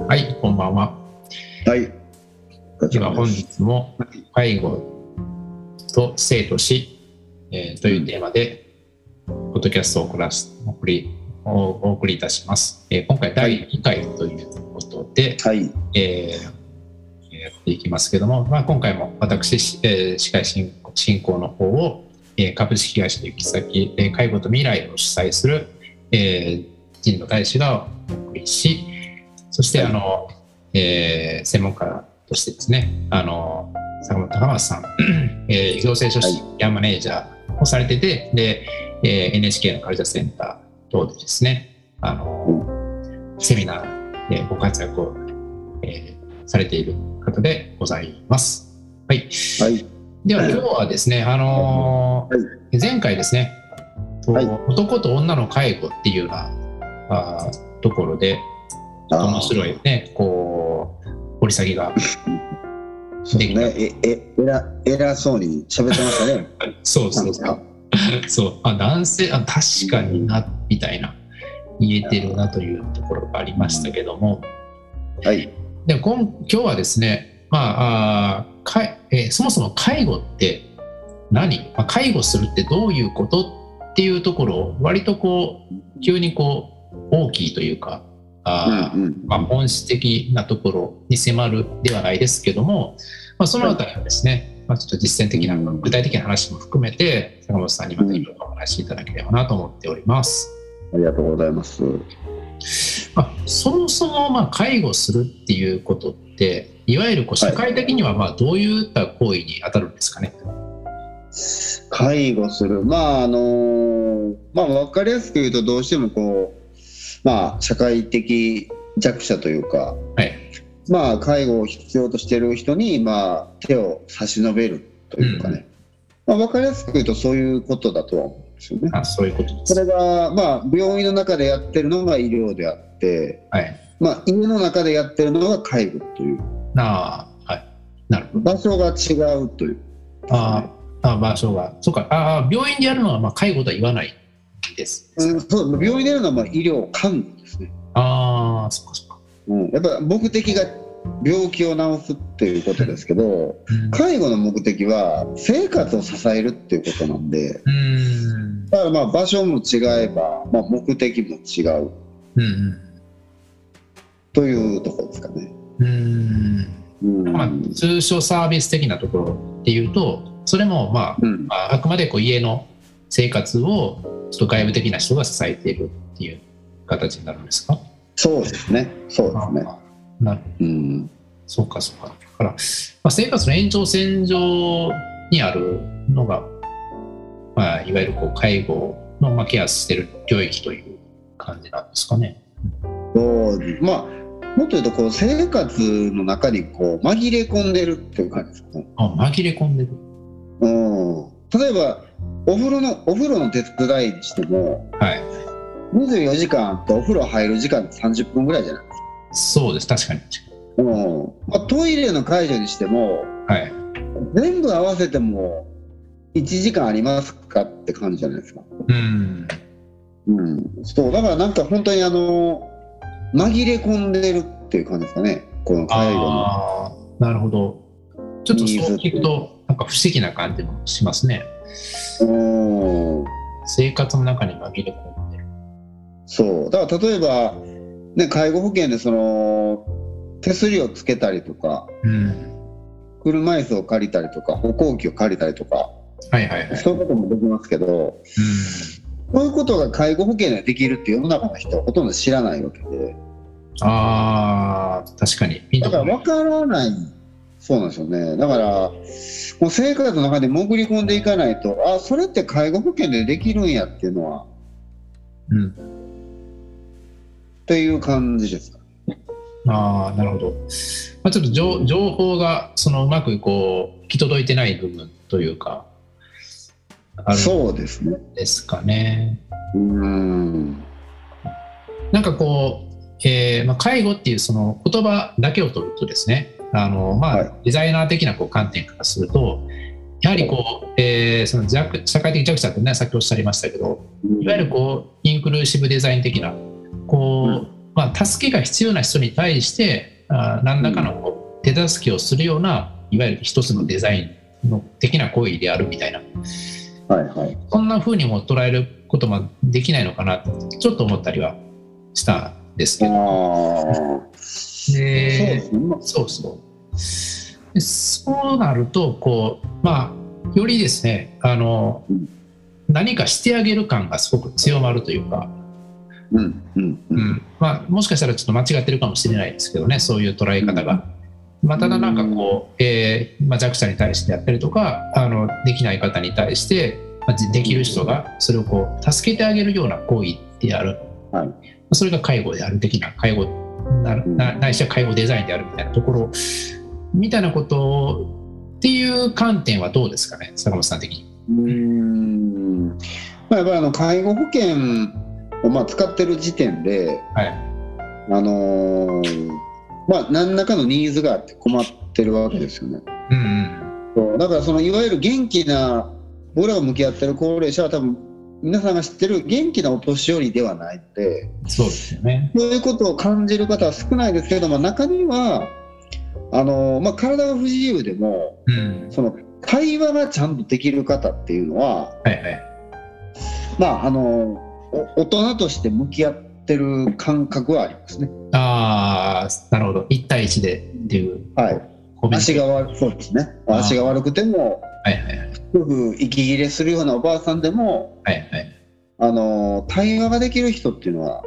はい、こんばんは。 はい。 では本日も介護と生と死、というテーマでポッドキャストをお送りいたします。今回第2回ということで、 はい。 やっていきますけども、今回も私、司会進行の方を、株式会社行き先、介護と未来を主催する、神野大使がお送りし、そして、専門家としてですね、坂本高松さん、行政書士やマネージャーをされてて、で、NHK のカルチャーセンター等でですね、セミナーでご活躍を、されている方でございます。はい。はい、では今日はですね、前回ですね、男と女の介護っていうようなところで、面白いね、こう掘り下げができた。 偉そうに喋ってましたね。 そう男性確かになみたいな言えてるなというところがありましたけども、 はい。 で今日はですね、そもそも介護って何、介護するってどういうことっていうところを割とこう急にこう大きいというか、本質的なところに迫るではないですけども、そのあたりはですね、ちょっと実践的な具体的な話も含めて坂本さんにまたいろいろお話しいただければなと思っております。 ありがとうございます。 そもそも介護するっていうことっていわゆる社会的にはどういった行為に当たるんですかね。 介護する、分かりやすく言うとどうしても社会的弱者というか、介護を必要としている人に手を差し伸べるというかね、分かりやすく言うとそういうことだとは思うんですよね。 そういうことです。 それが病院の中でやってるのが医療であって、家の中でやってるのが介護という、 なるほど、 場所が違うという、 場所がそうか、病院でやるのは介護とは言わないです。 そう、病院でやるのは医療看護ですね。 そうか、 やっぱり目的が病気を治すっていうことですけど、介護の目的は生活を支えるっていうことなんで、だから場所も違えば、目的も違う、というところですかね。 通称サービス的なところっていうと、それもあくまで家の生活をちょっと外部的な人が支えているっていう形になるんですか。 そうですね。 なるほど。そうか。だから、生活の延長線上にあるのが、いわゆる介護のケアしている領域という感じなんですかね。 もっと言うと生活の中に紛れ込んでるっていう感じですね。 紛れ込んでる。 例えばお風呂の手伝いにしても、24時間あってお風呂入る時間って30分ぐらいじゃないですか。 そうです、確かに。 トイレの介助にしても、全部合わせても1時間ありますかって感じじゃないですか。そうだから本当に紛れ込んでるっていう感じですかね、この介護の。 なるほど。ちょっとそう聞くと不思議な感じもしますね。生活の中に紛れ込んでる。そうだから例えば、介護保険で手すりをつけたりとか、車椅子を借りたりとか歩行器を借りたりとか、そういうこともできますけど、そういうことが介護保険でできるって世の中の人はほとんど知らないわけで、 確かにだから分からない。そうなんですよね。だからもう生活の中で潜り込んでいかないと、それって介護保険でできるんやっていうのは、っていう感じですか。 なるほど。ちょっと情報がうまく行き届いてない部分というかそうですね。 ですかね。介護っていう言葉だけを取るとですね、デザイナー的な観点からすると、やはりその社会的弱者ってね、さっきおっしゃいましたけど、いわゆるインクルーシブデザイン的な助けが必要な人に対して何らかの手助けをするような、いわゆる一つのデザインの的な行為であるみたいな、そんな風にも捉えることもできないのかなとちょっと思ったりはしたんですけど、そうなるとよりですね、何かしてあげる感がすごく強まるというか、もしかしたらちょっと間違ってるかもしれないですけどね、そういう捉え方が。ただなんかこう、弱者に対してやったりとか、できない方に対して、できる人がそれをこう助けてあげるような行為である、それが介護である的な、介護ないしは介護デザインであるみたいなところみたいなことっていう観点はどうですかね、坂本さん的に。 やっぱり介護保険を使ってる時点で、何らかのニーズがあって困ってるわけですよね。だからいわゆる元気な、僕らが向き合ってる高齢者は多分皆さんが知ってる元気なお年寄りではないので、 そうですよね。 そういうことを感じる方は少ないですけども、中には体が不自由でも、その会話がちゃんとできる方っていうのは、大人として向き合ってる感覚はありますね。 なるほど。1対1でっていう。 足が悪くても、息切れするようなおばあさんでも、対話ができる人っていうのは、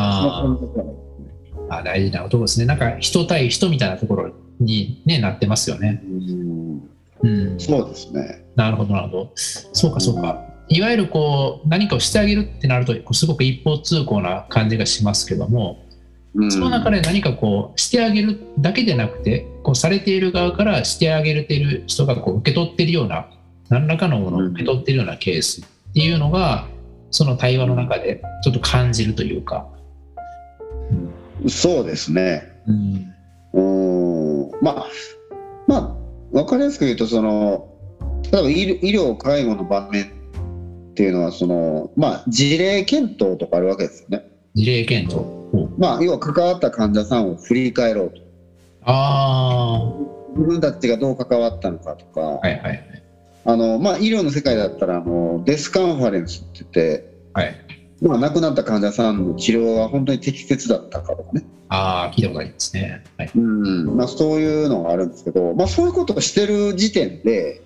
大事なことですね。なんか人対人みたいなところに、なってますよね。 そうですね。 なるほどなるほど。そうか。いわゆるこう何かをしてあげるってなるとすごく一方通行な感じがしますけども、その中で何かこうしてあげるだけでなくて、こうされている側からしてあげている人がこう受け取っているような、何らかのものを受け取っているようなケースっていうのが、その対話の中でちょっと感じるというか。 そうですね。分かりやすく言うと、例えば医療介護の場面っていうのは事例検討とかあるわけですよね。 事例検討、 要は関わった患者さんを振り返ろうと。自分たちがどう関わったのかとか、医療の世界だったらデスカンファレンスって言って、亡くなった患者さんの治療が本当に適切だったかとかね。 聞いたことありますね。 そういうのがあるんですけど、そういうことをしてる時点で、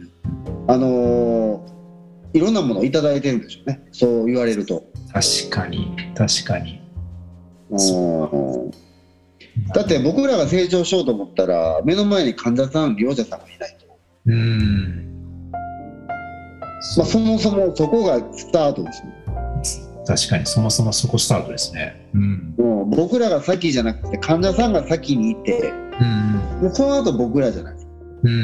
いろんなものをいただいてるんでしょうね、そう言われると。 確かに。 だって僕らが成長しようと思ったら、目の前に患者さん、利用者さんがいないと。そもそもそこがスタートですね。 確かに、そもそもそこスタートですね。 僕らが先じゃなくて患者さんが先にいて、その後僕らじゃないですか。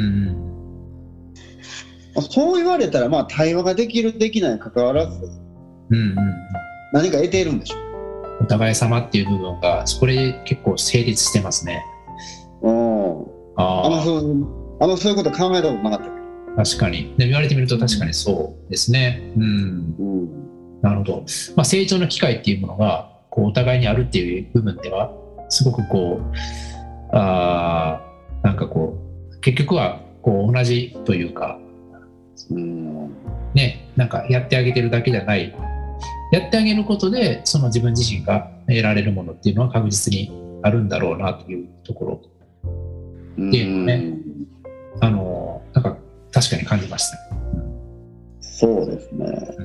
そう言われたら、対話ができるできないにかかわらず、何か得ているんでしょう。 お互い様っていう部分がこれ結構成立してますね。 そういうこと考えたことなかったけど。 確かに。で言われてみると確かにそうですね。なるほど。成長の機会っていうものがこうお互いにあるっていう部分ではすごくこうなんかこう結局はこう同じというか、なんかやってあげてるだけじゃない、やってあげることでその自分自身が得られるものっていうのは確実にあるんだろうなというところっていうのね、なんか確かに感じました。 そうですね。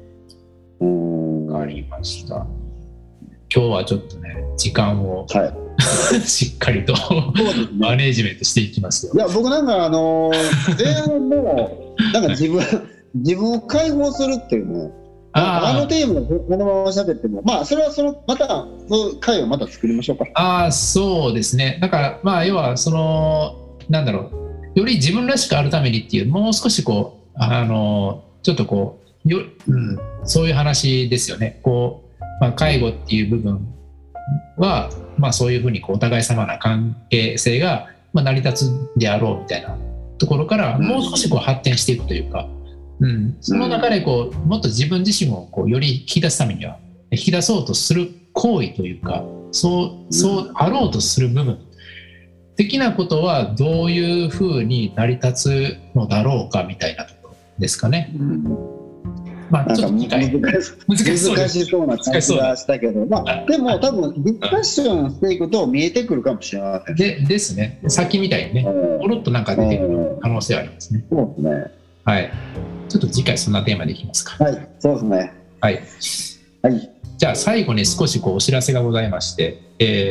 わかりました。今日はちょっとね時間を、しっかりとマネージメントしていきますよ。 いや僕なんか前半もなんか自分を解放するっていうのをテーマをこのまま喋ってもそれはまたその回をまた作りましょうか。 そうですね。だから要はなんだろう、より自分らしくあるためにっていう、もう少しこうちょっとこうそういう話ですよね。こう、介護っていう部分は、そういうふうにこうお互い様な関係性が、成り立つであろうみたいなところからもう少しこう発展していくというか、その中でこうもっと自分自身をこうより引き出すためには引き出そうとする行為というか、 そうあろうとする部分的なことはどういうふうに成り立つのだろうかみたいなところですかね。まあ、ちょっと難しそうな感じがしたけど、まあ、でも多分ディスカッションしていくと見えてくるかもしれませんですね。さっきみたいにね、ポロッとなんか出てくる可能性はありますね。 そうですね。 はい。ちょっと次回そんなテーマでいきますか。 はい、そうですね。 はい。 はい。 じゃあ最後に少しお知らせがございまして、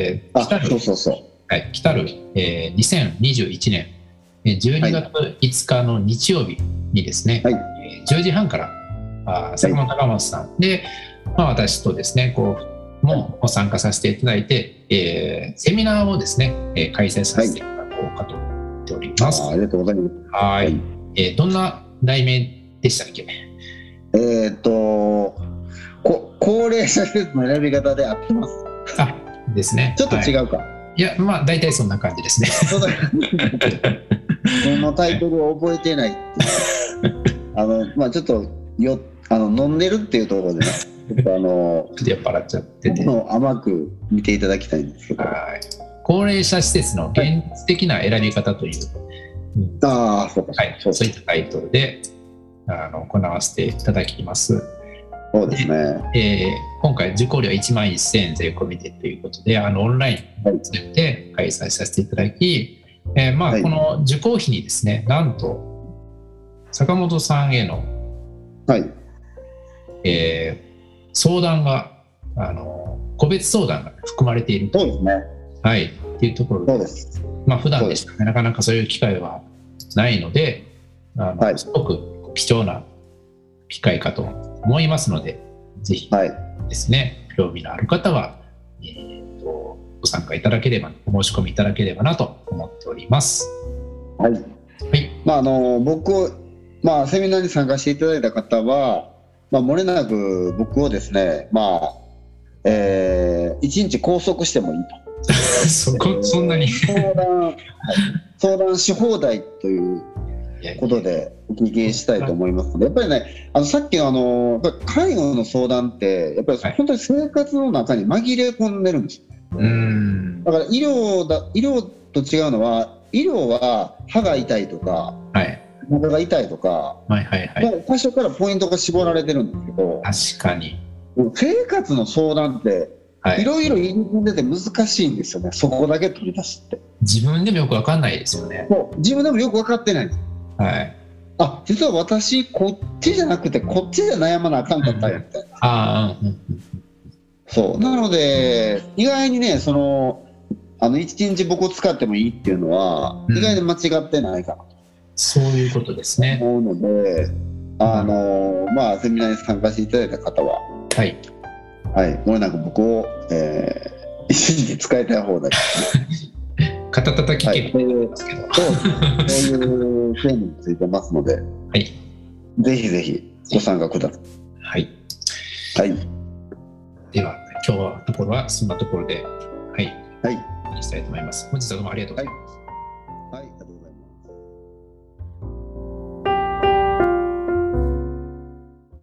来る、2021年12月5日の日曜日にですね、10時半から坂本隆正さんで、私とですねも参加させていただいて、セミナーをですね、開催させていただこうかと思っております。 ありがとうございます。 はい。どんな題名でしたっけ？ 高齢者施設の選び方で合ってます。 ですね。 ちょっと違うか。 いや、大体そんな感じですね。 そのタイトルを覚えてないっていうちょっと飲んでるっていうところでね、ちょっと酔っ払っちゃってて甘く見ていただきたいんですけど、 高齢者施設の現実的な選び方という、そういったタイトルで行わせていただきます。 そうですね。 今回受講料1万1000円税込みでということでオンラインを使って開催させていただき、この受講費にですね、なんと坂本さんへの、相談が個別相談が含まれているという、っていうところで、普段でしたらなかなかそういう機会はないので、すごく貴重な機会かと思いますので、ぜひですね、興味のある方は、ご参加いただければ、お申し込みいただければなと思っております。 僕を、セミナーに参加していただいた方は、漏れなく僕をですね、1日拘束してもいいとそんなに相談し放題ということでお聞きしたいと思いますので、やっぱりね、さっきの介護の相談ってやっぱり本当に生活の中に紛れ込んでるんですよね。だから医療と違うのは、医療は歯が痛いとか、お腹が痛いとか、最初からポイントが絞られてるんですけど、 確かに生活の相談っていろいろ入り組んでて難しいんですよね。そこだけ取り出すって自分でもよく分かんないですよね。 自分でもよく分かってないんです。実は私こっちじゃなくてこっちで悩まなあかんかったんやみたいな。そうなので意外にね、一日僕を使ってもいいっていうのは、意外に間違ってないかなと、 そういうことですね。 思うので、セミナーに参加していただいた方は、もれなく僕を、一日使いたい放題肩たたき券って言いますけど、 そういう権利についてますので、ぜひぜひご参加ください。 では今日のところはそんなところで、したいと思います。本日はどうもありがとうございます。